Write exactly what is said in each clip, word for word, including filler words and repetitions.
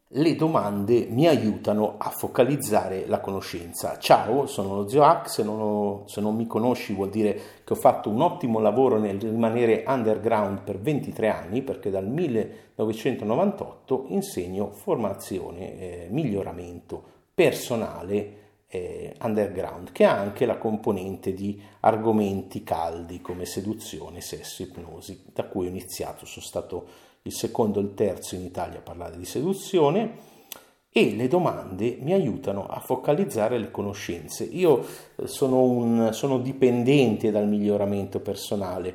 Le domande mi aiutano a focalizzare la conoscenza. Ciao, sono lo zio Hack, se non, ho, se non mi conosci vuol dire che ho fatto un ottimo lavoro nel rimanere underground per ventitré anni, perché dal millenovecentonovantotto insegno formazione, eh, miglioramento personale eh, underground, che ha anche la componente di argomenti caldi come seduzione, sesso, ipnosi, da cui ho iniziato, sono stato il secondo e il terzo in Italia a parlare di seduzione, e le domande mi aiutano a focalizzare le conoscenze. Io sono, un, sono dipendente dal miglioramento personale,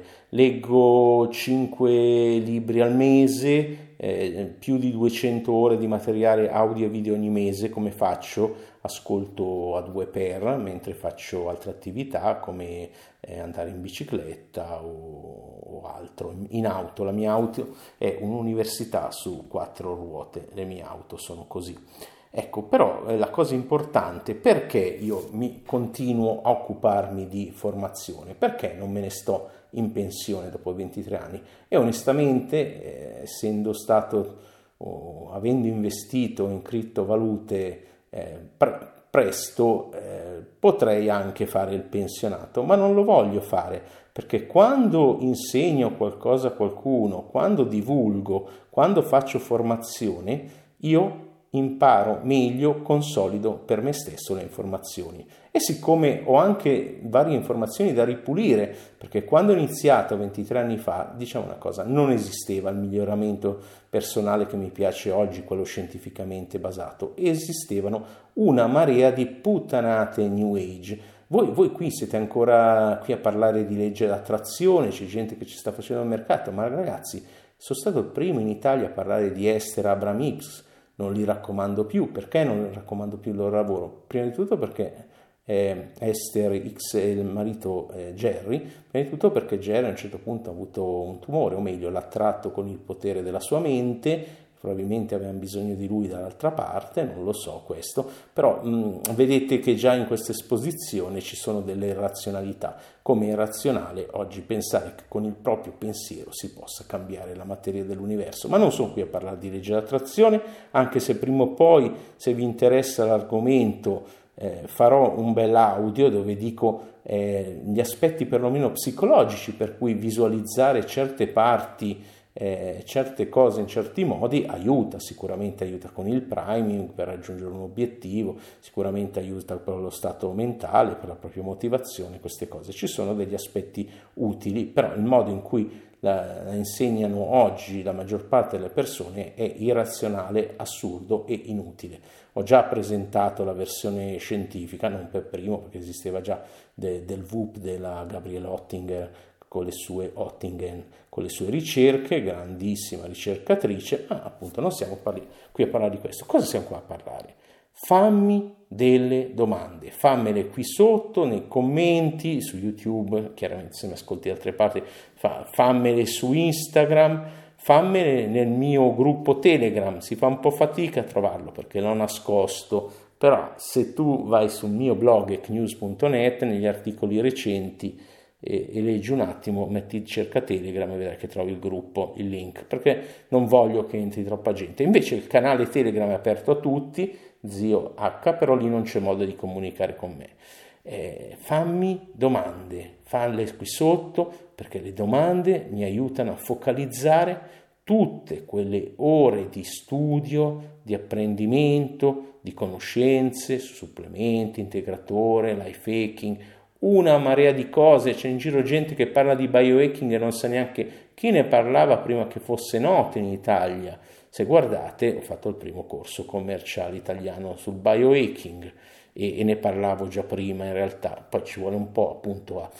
leggo cinque libri al mese, eh, più di duecento ore di materiale audio e video ogni mese. Come faccio? Ascolto a due per mentre faccio altre attività come eh, andare in bicicletta o, o altro. In auto, la mia auto è un'università su quattro ruote, le mie auto sono così. Ecco, però eh, la cosa importante, perché io mi continuo a occuparmi di formazione? Perché non me ne sto in pensione dopo ventitré anni? E onestamente, eh, essendo stato, oh, avendo investito in criptovalute eh, pre- presto, eh, potrei anche fare il pensionato, ma non lo voglio fare, perché quando insegno qualcosa a qualcuno, quando divulgo, quando faccio formazione, io imparo meglio, consolido per me stesso le informazioni. E siccome ho anche varie informazioni da ripulire, perché quando ho iniziato ventitré anni fa, diciamo una cosa, non esisteva il miglioramento personale che mi piace oggi, quello scientificamente basato, esistevano una marea di puttanate New Age. Voi, voi qui siete ancora qui a parlare di legge d'attrazione, c'è gente che ci sta facendo il mercato, ma ragazzi, sono stato il primo in Italia a parlare di Esther Abraham Hicks. Non li raccomando più. Perché non raccomando più il loro lavoro? Prima di tutto perché eh, Esther X e il marito eh, Jerry, prima di tutto perché Jerry a un certo punto ha avuto un tumore, o meglio l'ha attratto con il potere della sua mente, probabilmente avevano bisogno di lui dall'altra parte, non lo so questo, però mh, vedete che già in questa esposizione ci sono delle irrazionalità. Come è irrazionale oggi pensare che con il proprio pensiero si possa cambiare la materia dell'universo. Ma non sono qui a parlare di legge d'attrazione, anche se prima o poi, se vi interessa l'argomento, eh, farò un bel audio dove dico eh, gli aspetti perlomeno psicologici per cui visualizzare certe parti, Eh, certe cose in certi modi aiuta, sicuramente aiuta con il priming per raggiungere un obiettivo, sicuramente aiuta per lo stato mentale, per la propria motivazione, queste cose. Ci sono degli aspetti utili, però il modo in cui la, la insegnano oggi la maggior parte delle persone è irrazionale, assurdo e inutile. Ho già presentato la versione scientifica, non per primo perché esisteva già de, del V U P della Gabriele Oettinger con le sue Oettingen, con le sue ricerche, grandissima ricercatrice, ma appunto non siamo parli- qui a parlare di questo. Cosa siamo qua a parlare? Fammi delle domande, fammele qui sotto nei commenti, su YouTube, chiaramente se mi ascolti da altre parti, fa, fammele su Instagram, fammele nel mio gruppo Telegram, si fa un po' fatica a trovarlo perché l'ho nascosto, però se tu vai sul mio blog ecnews punto net, negli articoli recenti, e, e leggi un attimo, metti cerca Telegram e vedrai che trovi il gruppo, il link, perché non voglio che entri troppa gente. Invece il canale Telegram è aperto a tutti, zio H, però lì non c'è modo di comunicare con me. Eh, fammi domande, falle qui sotto, perché le domande mi aiutano a focalizzare tutte quelle ore di studio, di apprendimento, di conoscenze, supplementi, integratore, life hacking, una marea di cose. C'è in giro gente che parla di biohacking e non sa neanche chi ne parlava prima che fosse noto in Italia. Se guardate, ho fatto il primo corso commerciale italiano sul biohacking e, e ne parlavo già prima in realtà, poi ci vuole un po' appunto a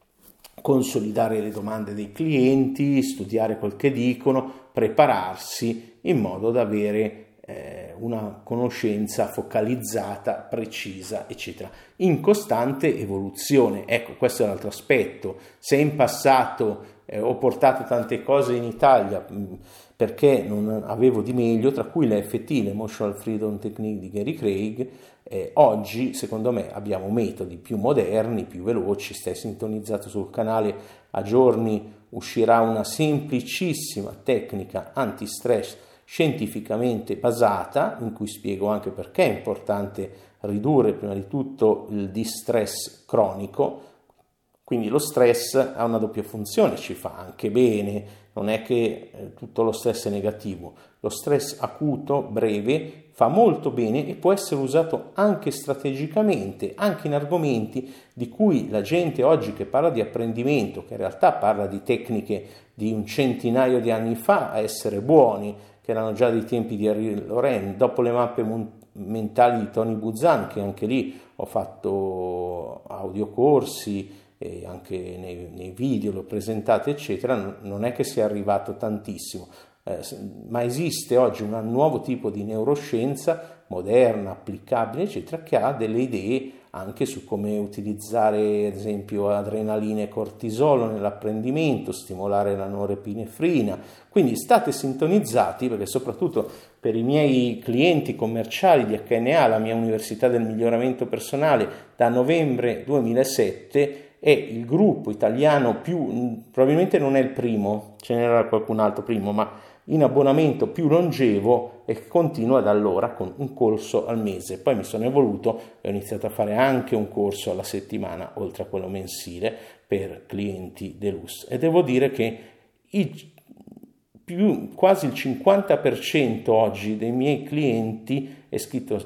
consolidare le domande dei clienti, studiare quel che dicono, prepararsi in modo da avere una conoscenza focalizzata, precisa, eccetera, in costante evoluzione. Ecco, questo è un altro aspetto. Se in passato eh, ho portato tante cose in Italia mh, perché non avevo di meglio, tra cui l'E F T, l'Emotional Freedom Technique di Gary Craig, eh, oggi secondo me abbiamo metodi più moderni, più veloci. Stai sintonizzato sul canale, a giorni uscirà una semplicissima tecnica anti-stress scientificamente basata, in cui spiego anche perché è importante ridurre prima di tutto il distress cronico. Quindi lo stress ha una doppia funzione, ci fa anche bene, non è che eh, tutto lo stress è negativo. Lo stress acuto, breve, fa molto bene e può essere usato anche strategicamente, anche in argomenti di cui la gente oggi che parla di apprendimento, che in realtà parla di tecniche di un centinaio di anni fa a essere buoni, che erano già dei tempi di Henri Lorrain, dopo le mappe mentali di Tony Buzan, che anche lì ho fatto audiocorsi, e anche nei, nei video l'ho presentato eccetera, non è che sia arrivato tantissimo, eh, ma esiste oggi un nuovo tipo di neuroscienza moderna, applicabile eccetera, che ha delle idee anche su come utilizzare ad esempio adrenalina e cortisolo nell'apprendimento, stimolare la norepinefrina. Quindi state sintonizzati, perché soprattutto per i miei clienti commerciali di H N A, la mia Università del Miglioramento Personale, da novembre duemilasette è il gruppo italiano più, probabilmente non è il primo, ce n'era qualcun altro primo, ma in abbonamento più longevo, e continua da allora con un corso al mese. Poi mi sono evoluto e ho iniziato a fare anche un corso alla settimana, oltre a quello mensile, per clienti deluxe. E devo dire che i, più, quasi il cinquanta per cento oggi dei miei clienti è scritto,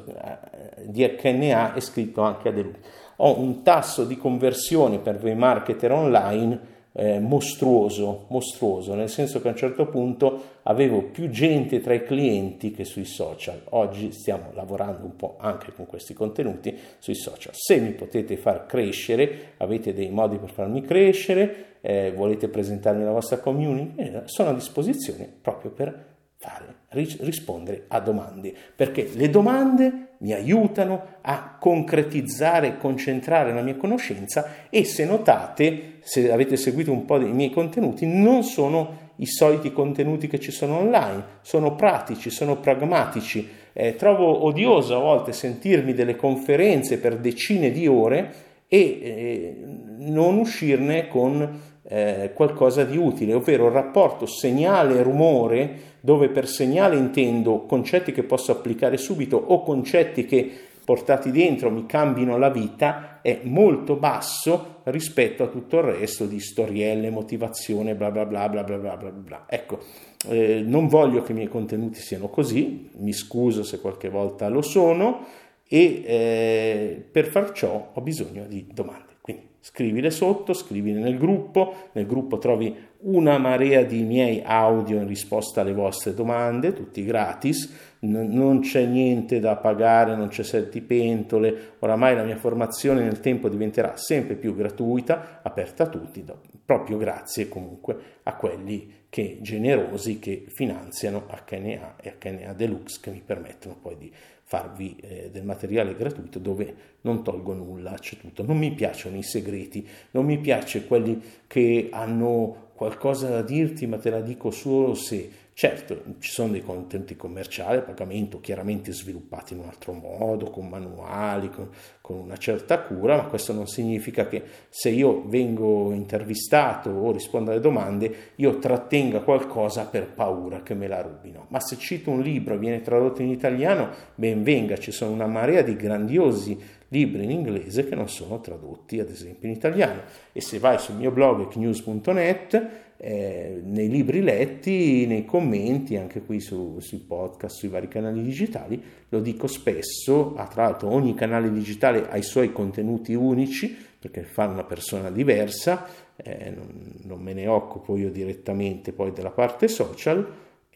di H N A è scritto anche a deluxe. Ho un tasso di conversione per voi marketer online eh, mostruoso, mostruoso, nel senso che a un certo punto avevo più gente tra i clienti che sui social. Oggi stiamo lavorando un po' anche con questi contenuti sui social. Se mi potete far crescere, avete dei modi per farmi crescere, eh, volete presentarmi la vostra community, eh, sono a disposizione proprio per fare, rispondere a domande, perché le domande mi aiutano a concretizzare e concentrare la mia conoscenza, e se notate, se avete seguito un po' dei miei contenuti, non sono i soliti contenuti che ci sono online, sono pratici, sono pragmatici. Eh, trovo odioso a volte sentirmi delle conferenze per decine di ore e eh, non uscirne con eh, qualcosa di utile, ovvero il rapporto segnale-rumore, dove per segnale intendo concetti che posso applicare subito o concetti che portati dentro mi cambino la vita, è molto basso rispetto a tutto il resto di storielle, motivazione, bla bla bla bla bla bla bla bla. Ecco, eh, non voglio che i miei contenuti siano così, mi scuso se qualche volta lo sono, e eh, per far ciò ho bisogno di domande. Quindi scrivile sotto, scrivile nel gruppo, nel gruppo trovi una marea di miei audio in risposta alle vostre domande, tutti gratis, N- non c'è niente da pagare, non c'è serpentole, oramai la mia formazione nel tempo diventerà sempre più gratuita, aperta a tutti, proprio grazie comunque a quelli che generosi che finanziano H N A e H N A Deluxe, che mi permettono poi di farvi eh, del materiale gratuito dove non tolgo nulla, c'è tutto. Non mi piacciono i segreti, non mi piace quelli che hanno qualcosa da dirti ma te la dico solo se. Certo, ci sono dei contenuti commerciali a pagamento chiaramente sviluppati in un altro modo, con manuali, con, con una certa cura, ma questo non significa che se io vengo intervistato o rispondo alle domande io trattenga qualcosa per paura che me la rubino. Ma se cito un libro e viene tradotto in italiano, ben venga, ci sono una marea di grandiosi libri in inglese che non sono tradotti ad esempio in italiano, e se vai sul mio blog ecnews punto net, eh, nei libri letti, nei commenti, anche qui su, sui podcast, sui vari canali digitali, lo dico spesso. Ah, tra l'altro ogni canale digitale ha i suoi contenuti unici perché fa una persona diversa, eh, non, non me ne occupo io direttamente poi della parte social,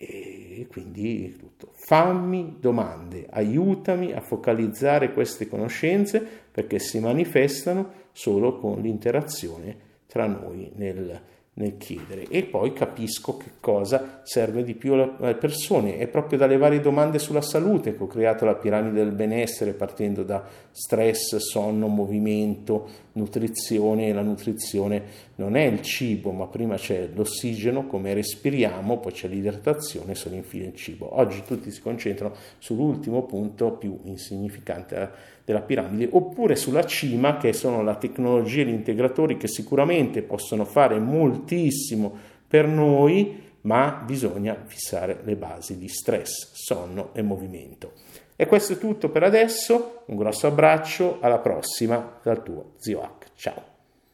e quindi tutto. Fammi domande, aiutami a focalizzare queste conoscenze, perché si manifestano solo con l'interazione tra noi nel, nel chiedere, e poi capisco che cosa serve di più alle persone. È proprio dalle varie domande sulla salute che ho creato la piramide del benessere, partendo da stress, sonno, movimento, nutrizione. E la nutrizione non è il cibo, ma prima c'è l'ossigeno, come respiriamo, poi c'è l'idratazione, solo infine il cibo. Oggi tutti si concentrano sull'ultimo punto più insignificante della piramide, oppure sulla cima, che sono la tecnologia e gli integratori, che sicuramente possono fare moltissimo per noi, ma bisogna fissare le basi di stress, sonno e movimento. E questo è tutto per adesso, un grosso abbraccio, alla prossima dal tuo Zio Hack. Ciao!